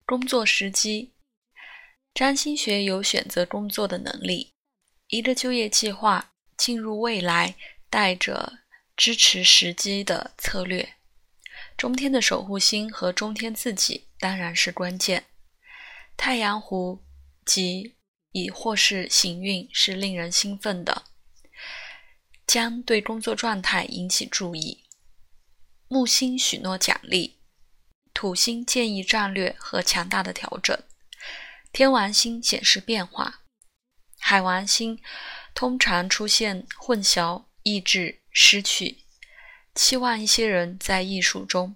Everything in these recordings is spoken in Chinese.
工作时机。占星学有选择工作的能力，一个就业计划进入未来带着支持时机的策略。中天的守护星和中天自己当然是关键。太阳湖及已或是行运是令人兴奋的，将对工作状态引起注意。木星许诺奖励，土星建议战略和强大的调整，天王星显示变化，海王星通常出现混淆、抑制、失去，期望一些人在艺术中。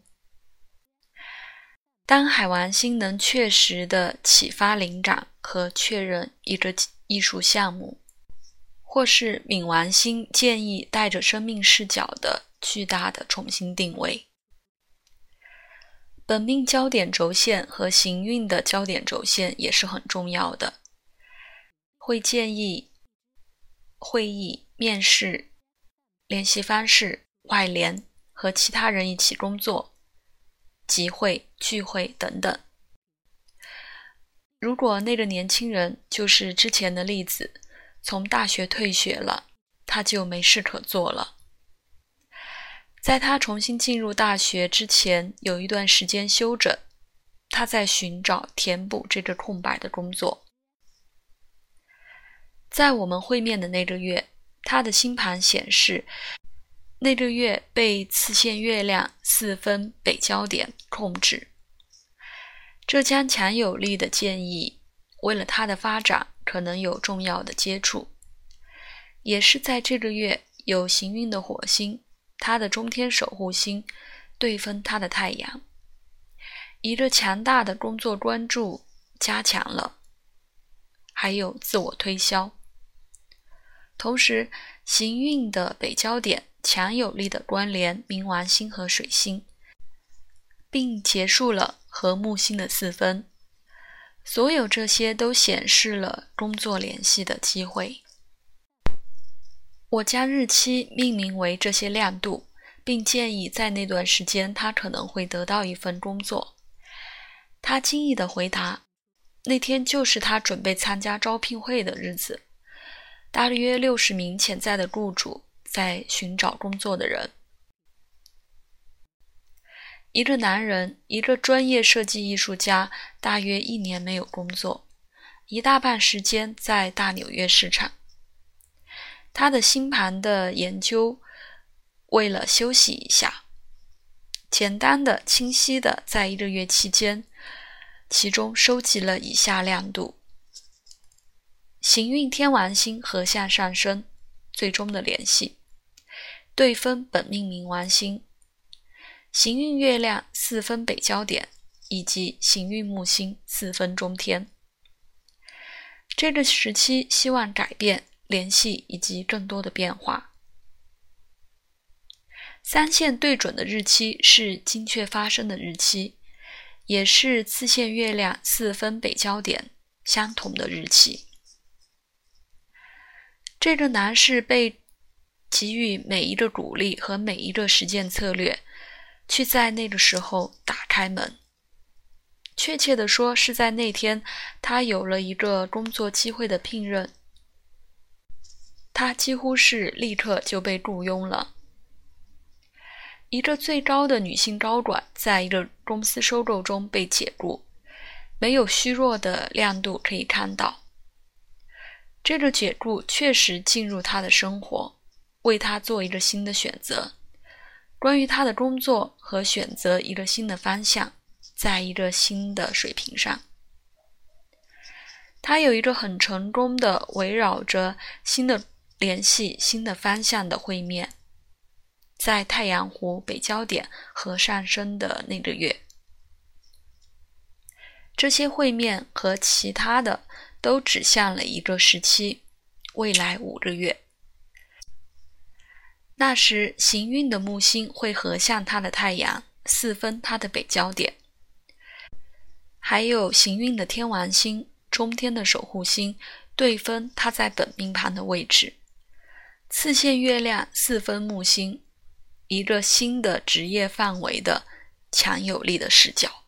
当海王星能确实地启发灵感和确认一个艺术项目，或是冥王星建议带着生命视角的巨大的重新定位。本命焦点轴线和行运的焦点轴线也是很重要的，会建议会议、面试、联系方式、外联和其他人一起工作、集会、聚会等等。如果那个年轻人就是之前的例子，从大学退学了，他就没事可做了。在他重新进入大学之前，有一段时间休整，他在寻找填补这个空白的工作。在我们会面的那个月，他的星盘显示，那个月被次线月亮4分北焦点控制。这将强有力的建议，为了他的发展可能有重要的接触。也是在这个月，有行运的火星，他的中天守护星对分他的太阳，一个强大的工作关注加强了，还有自我推销。同时，行运的北焦点强有力的关联冥王星和水星，并结束了和木星的4分。所有这些都显示了工作联系的机会。我将日期命名为这些亮度，并建议在那段时间他可能会得到一份工作。他惊异地回答，那天就是他准备参加招聘会的日子。大约60名潜在的雇主在寻找工作的人。一个男人，一个专业设计艺术家，大约1年没有工作，一大半时间在大纽约市场。他的星盘的研究为了休息一下，简单的、清晰的在1个月期间，其中收集了以下亮度：行运天王星合相上升，最终的联系，对分本命冥王星，行运月亮4分北焦点，以及行运木星4分中天。这个时期希望改变、联系以及更多的变化。3线对准的日期是精确发生的日期，也是次线月亮4分北焦点相同的日期。这个男士被给予每一个鼓励和每一个实践策略，去在那个时候打开门。确切地说，是在那天他有了一个工作机会的聘任，他几乎是立刻就被雇佣了。一个最高的女性高管在一个公司收购中被解雇，没有虚弱的亮度可以看到。这个解雇确实进入他的生活，为他做一个新的选择。关于他的工作和选择一个新的方向，在一个新的水平上。他有一个很成功的围绕着新的联系、新的方向的会面，在太阳湖北焦点和上升的那个月。这些会面和其他的都指向了一个时期，未来5个月。那时行运的木星会合向他的太阳，4分他的北焦点。还有行运的天王星，中天的守护星，对分他在本命盘的位置。次线月亮4分木星，一个新的职业范围的强有力的视角。